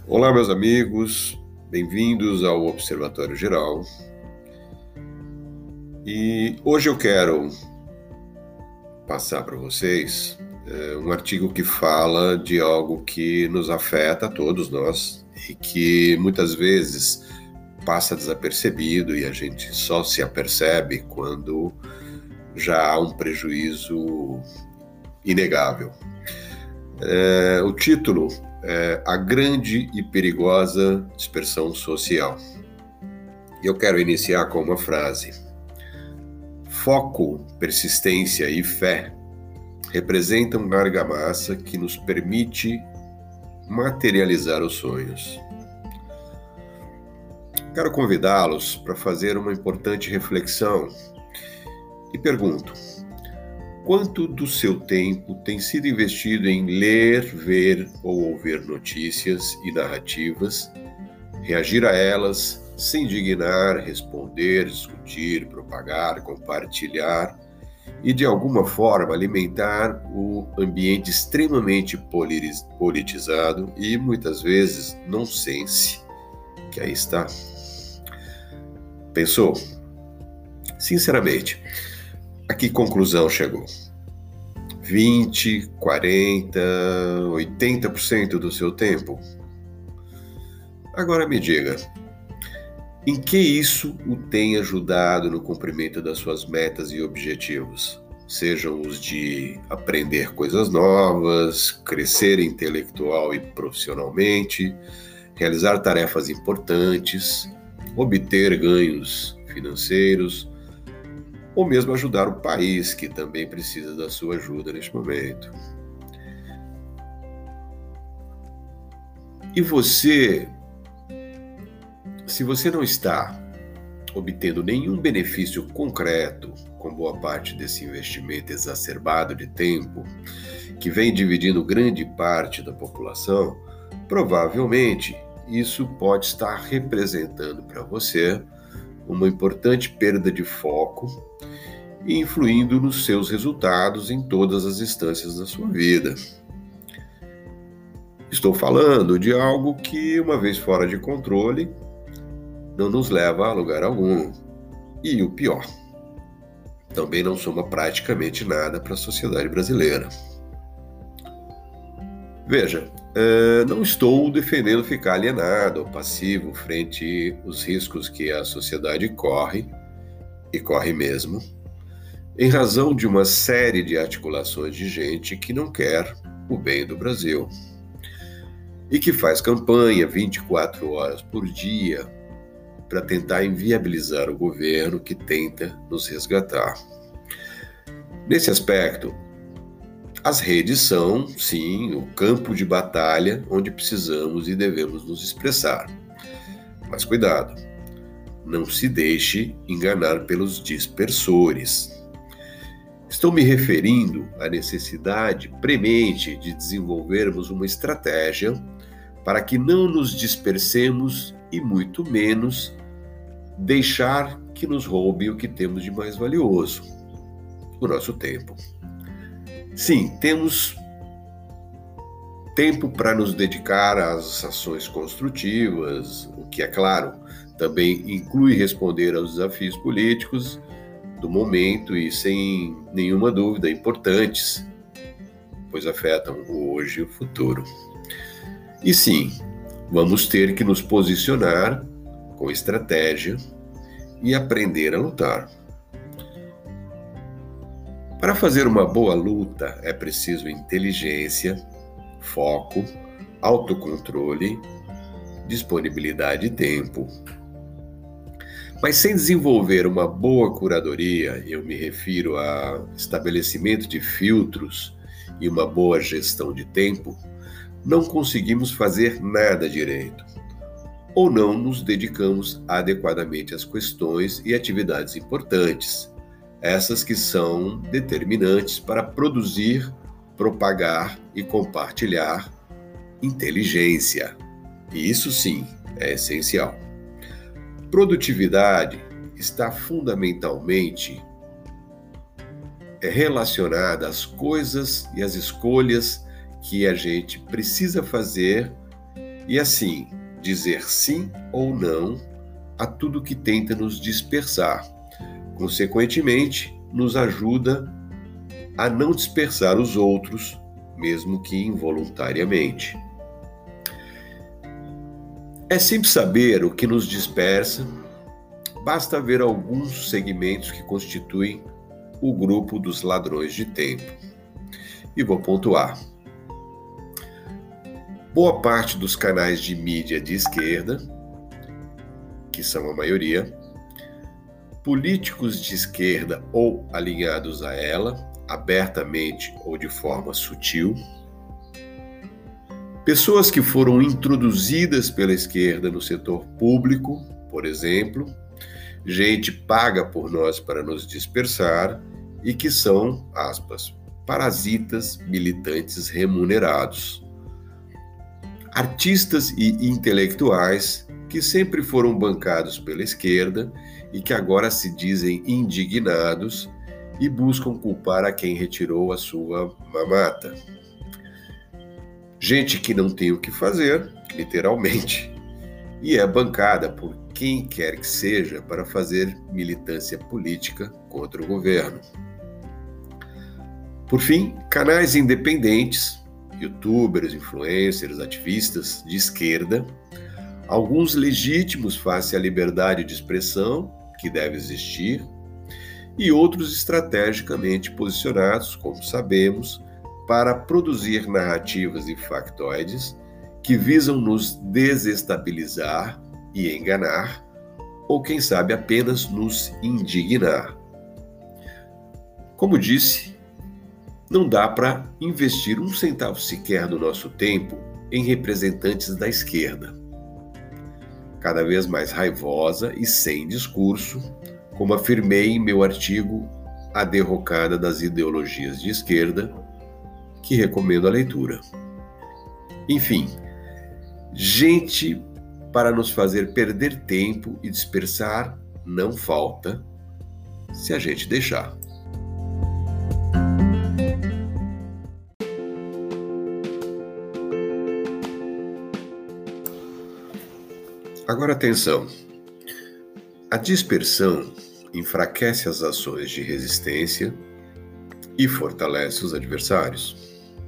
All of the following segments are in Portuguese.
Olá, meus amigos, bem-vindos ao Observatório Geral. E hoje eu quero passar para vocês um artigo que fala de algo que nos afeta a todos nós e que muitas vezes passa desapercebido e a gente só se apercebe quando já há um prejuízo inegável. O título é A Grande e Perigosa Dispersão Social. E eu quero iniciar com uma frase. Foco, persistência e fé representam uma argamassa que nos permite materializar os sonhos. Quero convidá-los para fazer uma importante reflexão e pergunto: quanto do seu tempo tem sido investido em ler, ver ou ouvir notícias e narrativas, reagir a elas, se indignar, responder, discutir, propagar, compartilhar e, de alguma forma, alimentar o ambiente extremamente politizado e, muitas vezes, nonsense que aí está? Pensou? Sinceramente, a que conclusão chegou? 20, 40, 80% do seu tempo? Agora me diga, em que isso o tem ajudado no cumprimento das suas metas e objetivos? Sejam os de aprender coisas novas, crescer intelectual e profissionalmente, realizar tarefas importantes, obter ganhos financeiros, ou mesmo ajudar o país, que também precisa da sua ajuda neste momento. E você, se você não está obtendo nenhum benefício concreto com boa parte desse investimento exacerbado de tempo, que vem dividindo grande parte da população, provavelmente isso pode estar representando para você uma importante perda de foco e influindo nos seus resultados em todas as instâncias da sua vida. Estou falando de algo que, uma vez fora de controle, não nos leva a lugar algum. E o pior, também não soma praticamente nada para a sociedade brasileira. Veja, não estou defendendo ficar alienado ou passivo frente aos riscos que a sociedade corre, e corre mesmo, em razão de uma série de articulações de gente que não quer o bem do Brasil e que faz campanha 24 horas por dia para tentar inviabilizar o governo que tenta nos resgatar. Nesse aspecto, as redes são, sim, o campo de batalha onde precisamos e devemos nos expressar. Mas cuidado, não se deixe enganar pelos dispersores. Estou me referindo à necessidade premente de desenvolvermos uma estratégia para que não nos dispersemos e, muito menos, deixar que nos roube o que temos de mais valioso, o nosso tempo. Sim, temos tempo para nos dedicar às ações construtivas, o que, é claro, também inclui responder aos desafios políticos do momento e, sem nenhuma dúvida, importantes, pois afetam o hoje e o futuro. E sim, vamos ter que nos posicionar com estratégia e aprender a lutar. Para fazer uma boa luta é preciso inteligência, foco, autocontrole, disponibilidade e tempo. Mas sem desenvolver uma boa curadoria, eu me refiro a estabelecimento de filtros e uma boa gestão de tempo, não conseguimos fazer nada direito, ou não nos dedicamos adequadamente às questões e atividades importantes, essas que são determinantes para produzir, propagar e compartilhar inteligência. E isso sim é essencial. Produtividade está fundamentalmente relacionada às coisas e às escolhas que a gente precisa fazer e assim dizer sim ou não a tudo que tenta nos dispersar. Consequentemente, nos ajuda a não dispersar os outros, mesmo que involuntariamente. É simples saber o que nos dispersa, basta ver alguns segmentos que constituem o grupo dos ladrões de tempo. E vou pontuar. Boa parte dos canais de mídia de esquerda, que são a maioria, políticos de esquerda ou alinhados a ela, abertamente ou de forma sutil, pessoas que foram introduzidas pela esquerda no setor público, por exemplo, gente paga por nós para nos dispersar e que são, aspas, parasitas militantes remunerados. Artistas e intelectuais que sempre foram bancados pela esquerda e que agora se dizem indignados e buscam culpar a quem retirou a sua mamata. Gente que não tem o que fazer, literalmente, e é bancada por quem quer que seja para fazer militância política contra o governo. Por fim, canais independentes, youtubers, influencers, ativistas de esquerda, alguns legítimos face à liberdade de expressão, que deve existir, e outros estrategicamente posicionados, como sabemos, para produzir narrativas e factoides que visam nos desestabilizar e enganar, ou quem sabe apenas nos indignar. Como disse, não dá para investir um centavo sequer do nosso tempo em representantes da esquerda, cada vez mais raivosa e sem discurso, como afirmei em meu artigo A Derrocada das Ideologias de Esquerda, que recomendo a leitura. Enfim, gente para nos fazer perder tempo e dispersar não falta, se a gente deixar. Agora atenção, a dispersão enfraquece as ações de resistência e fortalece os adversários.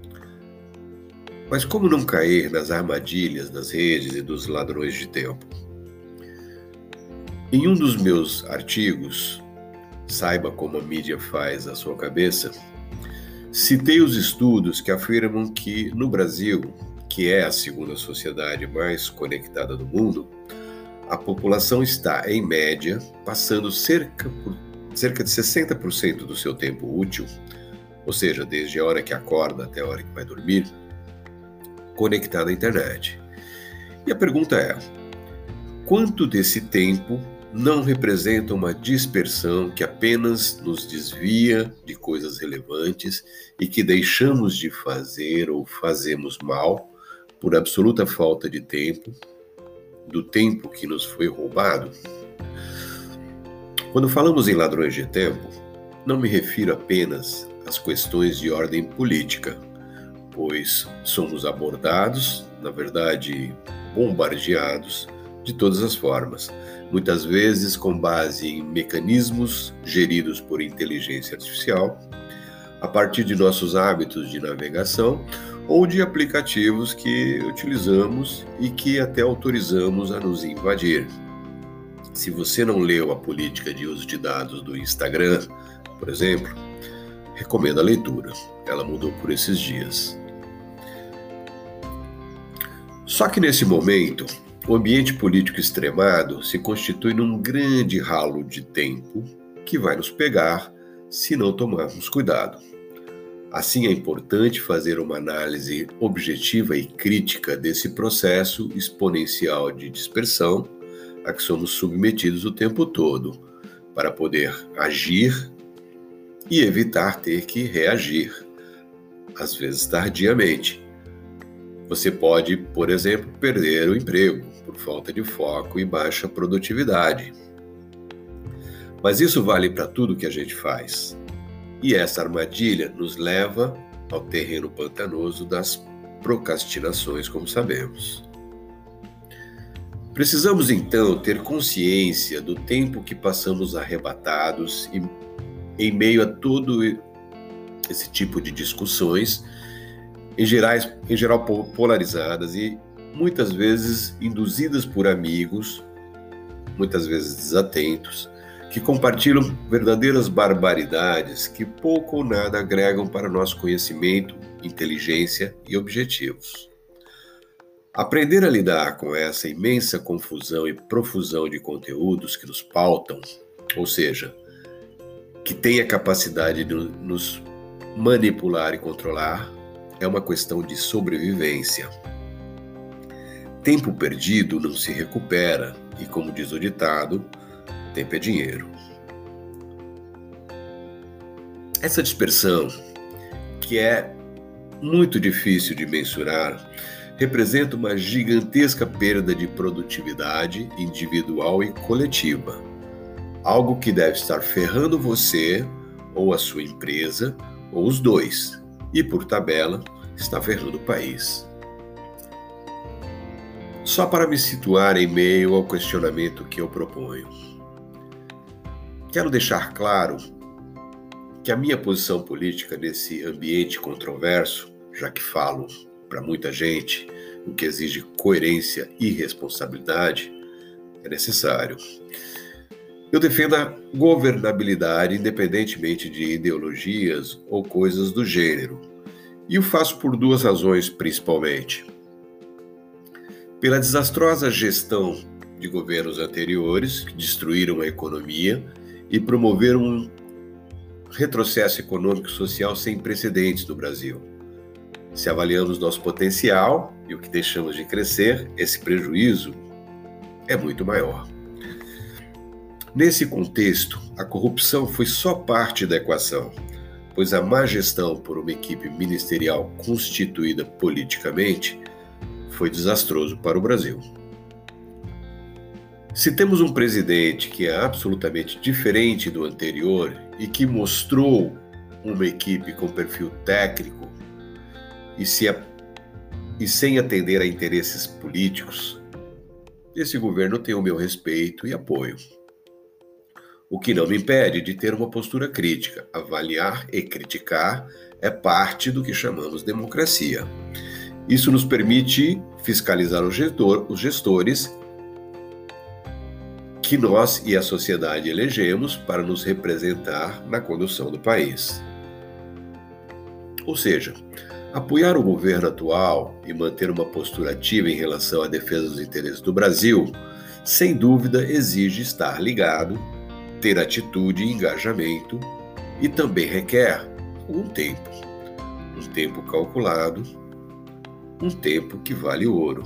Mas como não cair nas armadilhas das redes e dos ladrões de tempo? Em um dos meus artigos, Saiba como a mídia faz a sua cabeça, citei os estudos que afirmam que no Brasil, que é a segunda sociedade mais conectada do mundo, a população está, em média, passando cerca de 60% do seu tempo útil, ou seja, desde a hora que acorda até a hora que vai dormir, conectada à internet. E a pergunta é: quanto desse tempo não representa uma dispersão que apenas nos desvia de coisas relevantes e que deixamos de fazer ou fazemos mal por absoluta falta de tempo, do tempo que nos foi roubado? Quando falamos em ladrões de tempo, não me refiro apenas às questões de ordem política, pois somos abordados, na verdade, bombardeados de todas as formas, muitas vezes com base em mecanismos geridos por inteligência artificial, a partir de nossos hábitos de navegação ou de aplicativos que utilizamos e que até autorizamos a nos invadir. Se você não leu a política de uso de dados do Instagram, por exemplo, recomendo a leitura. Ela mudou por esses dias. Só que nesse momento, o ambiente político extremado se constitui num grande ralo de tempo que vai nos pegar se não tomarmos cuidado. Assim, é importante fazer uma análise objetiva e crítica desse processo exponencial de dispersão a que somos submetidos o tempo todo, para poder agir e evitar ter que reagir, às vezes tardiamente. Você pode, por exemplo, perder o emprego por falta de foco e baixa produtividade. Mas isso vale para tudo que a gente faz. E essa armadilha nos leva ao terreno pantanoso das procrastinações, como sabemos. Precisamos, então, ter consciência do tempo que passamos arrebatados em meio a todo esse tipo de discussões, em geral polarizadas e muitas vezes induzidas por amigos, muitas vezes desatentos, que compartilham verdadeiras barbaridades que pouco ou nada agregam para nosso conhecimento, inteligência e objetivos. Aprender a lidar com essa imensa confusão e profusão de conteúdos que nos pautam, ou seja, que têm a capacidade de nos manipular e controlar, é uma questão de sobrevivência. Tempo perdido não se recupera e, como diz o ditado, tempo é dinheiro. Essa dispersão, que é muito difícil de mensurar, representa uma gigantesca perda de produtividade individual e coletiva, algo que deve estar ferrando você ou a sua empresa, ou os dois, e por tabela, está ferrando o país. Só para me situar em meio ao questionamento que eu proponho, quero deixar claro que a minha posição política nesse ambiente controverso, já que falo para muita gente, o que exige coerência e responsabilidade, é necessário. Eu defendo a governabilidade independentemente de ideologias ou coisas do gênero, e o faço por duas razões principalmente. Pela desastrosa gestão de governos anteriores que destruíram a economia e promoveram um retrocesso econômico e social sem precedentes no Brasil. Se avaliamos nosso potencial e o que deixamos de crescer, esse prejuízo é muito maior. Nesse contexto, a corrupção foi só parte da equação, pois a má gestão por uma equipe ministerial constituída politicamente foi desastroso para o Brasil. Se temos um presidente que é absolutamente diferente do anterior e que mostrou uma equipe com perfil técnico e sem atender a interesses políticos, esse governo tem o meu respeito e apoio. O que não me impede de ter uma postura crítica. Avaliar e criticar é parte do que chamamos democracia. Isso nos permite fiscalizar os gestores que nós e a sociedade elegemos para nos representar na condução do país. Ou seja, apoiar o governo atual e manter uma postura ativa em relação à defesa dos interesses do Brasil, sem dúvida exige estar ligado, ter atitude e engajamento, e também requer um tempo calculado, um tempo que vale ouro.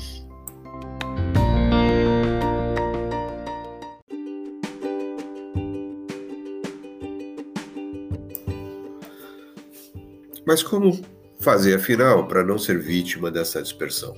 Mas como fazer, afinal, para não ser vítima dessa dispersão?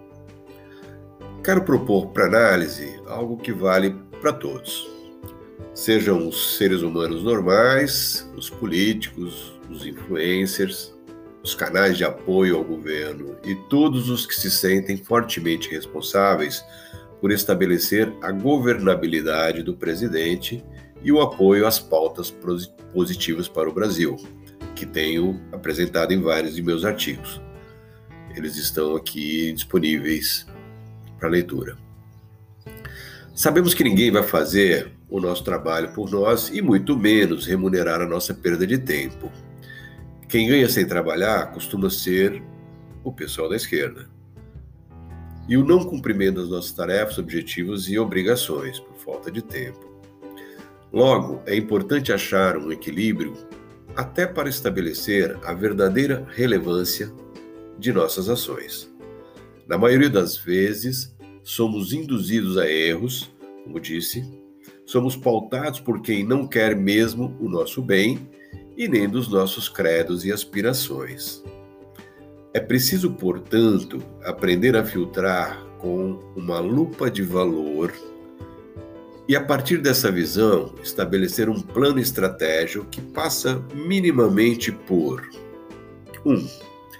Quero propor para análise algo que vale para todos. Sejam os seres humanos normais, os políticos, os influencers, os canais de apoio ao governo e todos os que se sentem fortemente responsáveis por estabelecer a governabilidade do presidente e o apoio às pautas positivas para o Brasil, que tenho apresentado em vários de meus artigos. Eles estão aqui disponíveis para leitura. Sabemos que ninguém vai fazer o nosso trabalho por nós e muito menos remunerar a nossa perda de tempo. Quem ganha sem trabalhar costuma ser o pessoal da esquerda. E o não cumprimento das nossas tarefas, objetivos e obrigações por falta de tempo. Logo, é importante achar um equilíbrio até para estabelecer a verdadeira relevância de nossas ações. Na maioria das vezes, somos induzidos a erros, como disse, somos pautados por quem não quer mesmo o nosso bem e nem dos nossos credos e aspirações. É preciso, portanto, aprender a filtrar com uma lupa de valor e, a partir dessa visão, estabelecer um plano estratégico que passa minimamente por 1.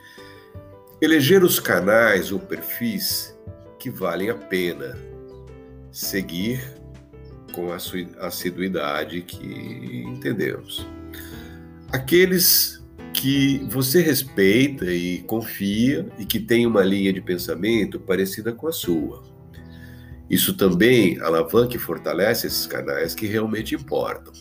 Eleger os canais ou perfis que valem a pena seguir com a sua assiduidade que entendemos. Aqueles que você respeita e confia e que têm uma linha de pensamento parecida com a sua. Isso também alavanca e fortalece esses canais que realmente importam.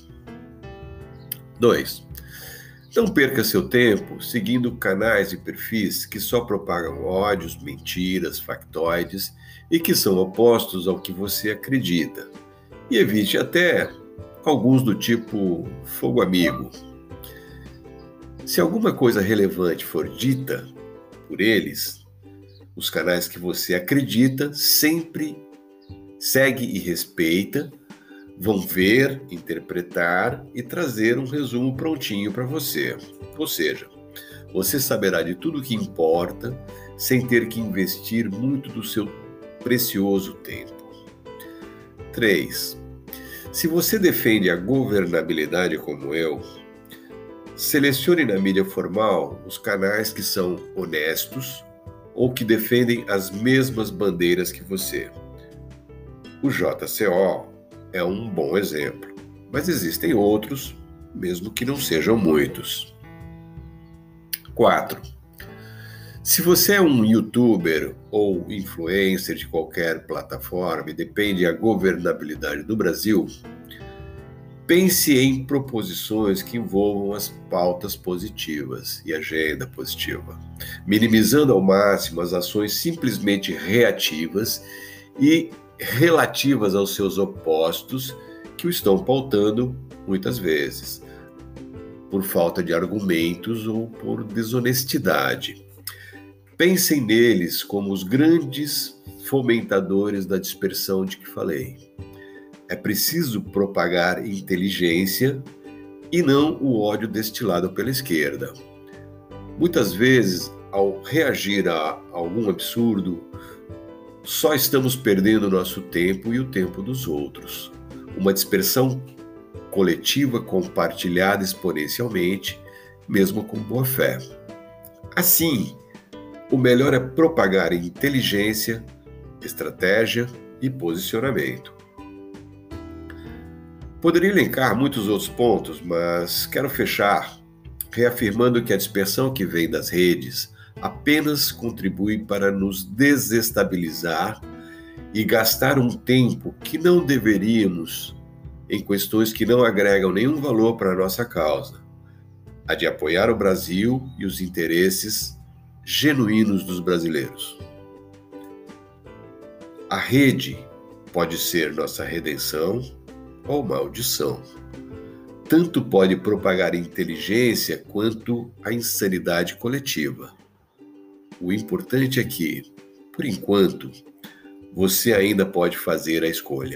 2. Não perca seu tempo seguindo canais e perfis que só propagam ódios, mentiras, factoides e que são opostos ao que você acredita. E evite até alguns do tipo fogo amigo. Se alguma coisa relevante for dita por eles, os canais que você acredita sempre segue e respeita, vão ver, interpretar e trazer um resumo prontinho para você. Ou seja, você saberá de tudo o que importa sem ter que investir muito do seu precioso tempo. 3. Se você defende a governabilidade como eu, selecione na mídia formal os canais que são honestos ou que defendem as mesmas bandeiras que você. O JCO é um bom exemplo, mas existem outros, mesmo que não sejam muitos. 4. Se você é um youtuber ou influencer de qualquer plataforma e depende da governabilidade do Brasil, pense em proposições que envolvam as pautas positivas e agenda positiva, minimizando ao máximo as ações simplesmente reativas e relativas aos seus opostos que o estão pautando muitas vezes, por falta de argumentos ou por desonestidade. Pensem neles como os grandes fomentadores da dispersão de que falei. É preciso propagar inteligência e não o ódio destilado pela esquerda. Muitas vezes, ao reagir a algum absurdo, só estamos perdendo nosso tempo e o tempo dos outros. Uma dispersão coletiva compartilhada exponencialmente, mesmo com boa fé. Assim, o melhor é propagar inteligência, estratégia e posicionamento. Poderia elencar muitos outros pontos, mas quero fechar reafirmando que a dispersão que vem das redes apenas contribui para nos desestabilizar e gastar um tempo que não deveríamos em questões que não agregam nenhum valor para a nossa causa, a de apoiar o Brasil e os interesses genuínos dos brasileiros. A rede pode ser nossa redenção ou maldição. Tanto pode propagar inteligência quanto a insanidade coletiva. O importante é que, por enquanto, você ainda pode fazer a escolha.